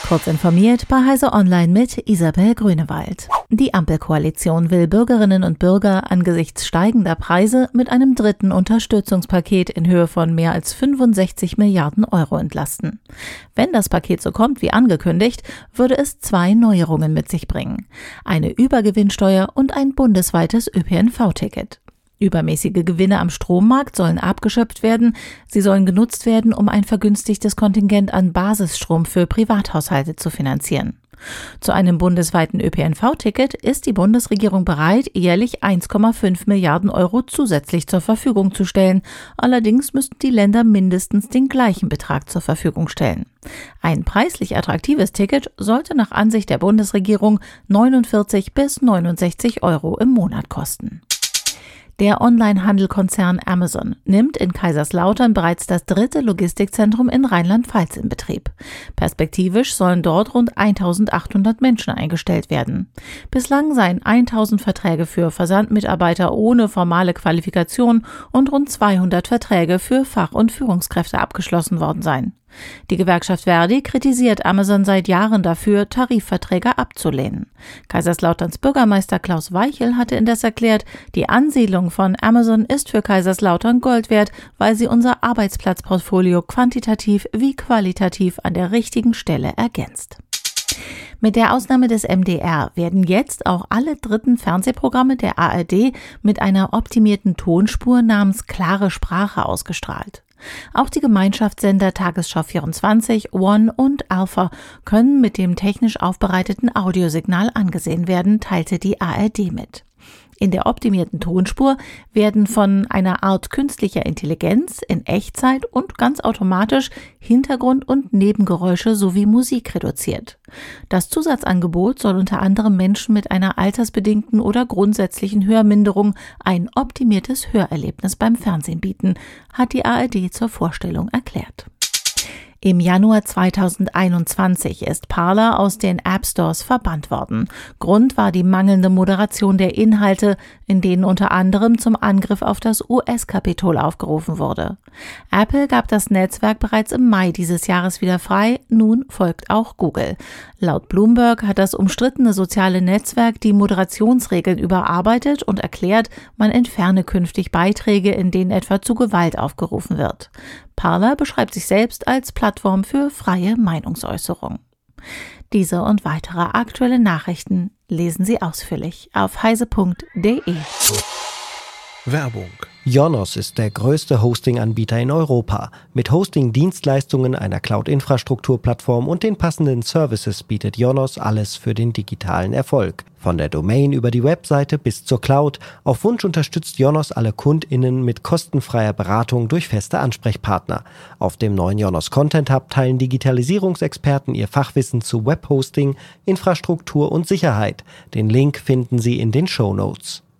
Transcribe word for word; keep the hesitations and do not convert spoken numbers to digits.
Kurz informiert bei Heise Online mit Isabel Grünewald. Die Ampelkoalition will Bürgerinnen und Bürger angesichts steigender Preise mit einem dritten Unterstützungspaket in Höhe von mehr als fünfundsechzig Milliarden Euro entlasten. Wenn das Paket so kommt wie angekündigt, würde es zwei Neuerungen mit sich bringen: eine Übergewinnsteuer und ein bundesweites Ö P N V-Ticket. Übermäßige Gewinne am Strommarkt sollen abgeschöpft werden. Sie sollen genutzt werden, um ein vergünstigtes Kontingent an Basisstrom für Privathaushalte zu finanzieren. Zu einem bundesweiten Ö P N V-Ticket ist die Bundesregierung bereit, jährlich eins Komma fünf Milliarden Euro zusätzlich zur Verfügung zu stellen. Allerdings müssten die Länder mindestens den gleichen Betrag zur Verfügung stellen. Ein preislich attraktives Ticket sollte nach Ansicht der Bundesregierung neunundvierzig bis neunundsechzig Euro im Monat kosten. Der Onlinehandelkonzern Amazon nimmt in Kaiserslautern bereits das dritte Logistikzentrum in Rheinland-Pfalz in Betrieb. Perspektivisch sollen dort rund eintausendachthundert Menschen eingestellt werden. Bislang seien tausend Verträge für Versandmitarbeiter ohne formale Qualifikation und rund zweihundert Verträge für Fach- und Führungskräfte abgeschlossen worden sein. Die Gewerkschaft Verdi kritisiert Amazon seit Jahren dafür, Tarifverträge abzulehnen. Kaiserslauterns Bürgermeister Klaus Weichel hatte indes erklärt, die Ansiedlung von Amazon ist für Kaiserslautern Gold wert, weil sie unser Arbeitsplatzportfolio quantitativ wie qualitativ an der richtigen Stelle ergänzt. Mit der Ausnahme des M D R werden jetzt auch alle dritten Fernsehprogramme der A R D mit einer optimierten Tonspur namens Klare Sprache ausgestrahlt. Auch die Gemeinschaftssender Tagesschau vierundzwanzig, One und Alpha können mit dem technisch aufbereiteten Audiosignal angesehen werden, teilte die A R D mit. In der optimierten Tonspur werden von einer Art künstlicher Intelligenz in Echtzeit und ganz automatisch Hintergrund- und Nebengeräusche sowie Musik reduziert. Das Zusatzangebot soll unter anderem Menschen mit einer altersbedingten oder grundsätzlichen Hörminderung ein optimiertes Hörerlebnis beim Fernsehen bieten, hat die A R D zur Vorstellung erklärt. Im Januar zweitausendeinundzwanzig ist Parler aus den App Stores verbannt worden. Grund war die mangelnde Moderation der Inhalte, in denen unter anderem zum Angriff auf das U S-Kapitol aufgerufen wurde. Apple gab das Netzwerk bereits im Mai dieses Jahres wieder frei, nun folgt auch Google. Laut Bloomberg hat das umstrittene soziale Netzwerk die Moderationsregeln überarbeitet und erklärt, man entferne künftig Beiträge, in denen etwa zu Gewalt aufgerufen wird. Parler beschreibt sich selbst als Plattform für freie Meinungsäußerung. Diese und weitere aktuelle Nachrichten lesen Sie ausführlich auf heise punkt de. Werbung. Yonos ist der größte Hosting-Anbieter in Europa. Mit Hosting-Dienstleistungen, einer Cloud-Infrastrukturplattform und den passenden Services bietet Yonos alles für den digitalen Erfolg. Von der Domain über die Webseite bis zur Cloud. Auf Wunsch unterstützt Yonos alle KundInnen mit kostenfreier Beratung durch feste Ansprechpartner. Auf dem neuen Yonos Content Hub teilen Digitalisierungsexperten ihr Fachwissen zu Webhosting, Infrastruktur und Sicherheit. Den Link finden Sie in den Shownotes.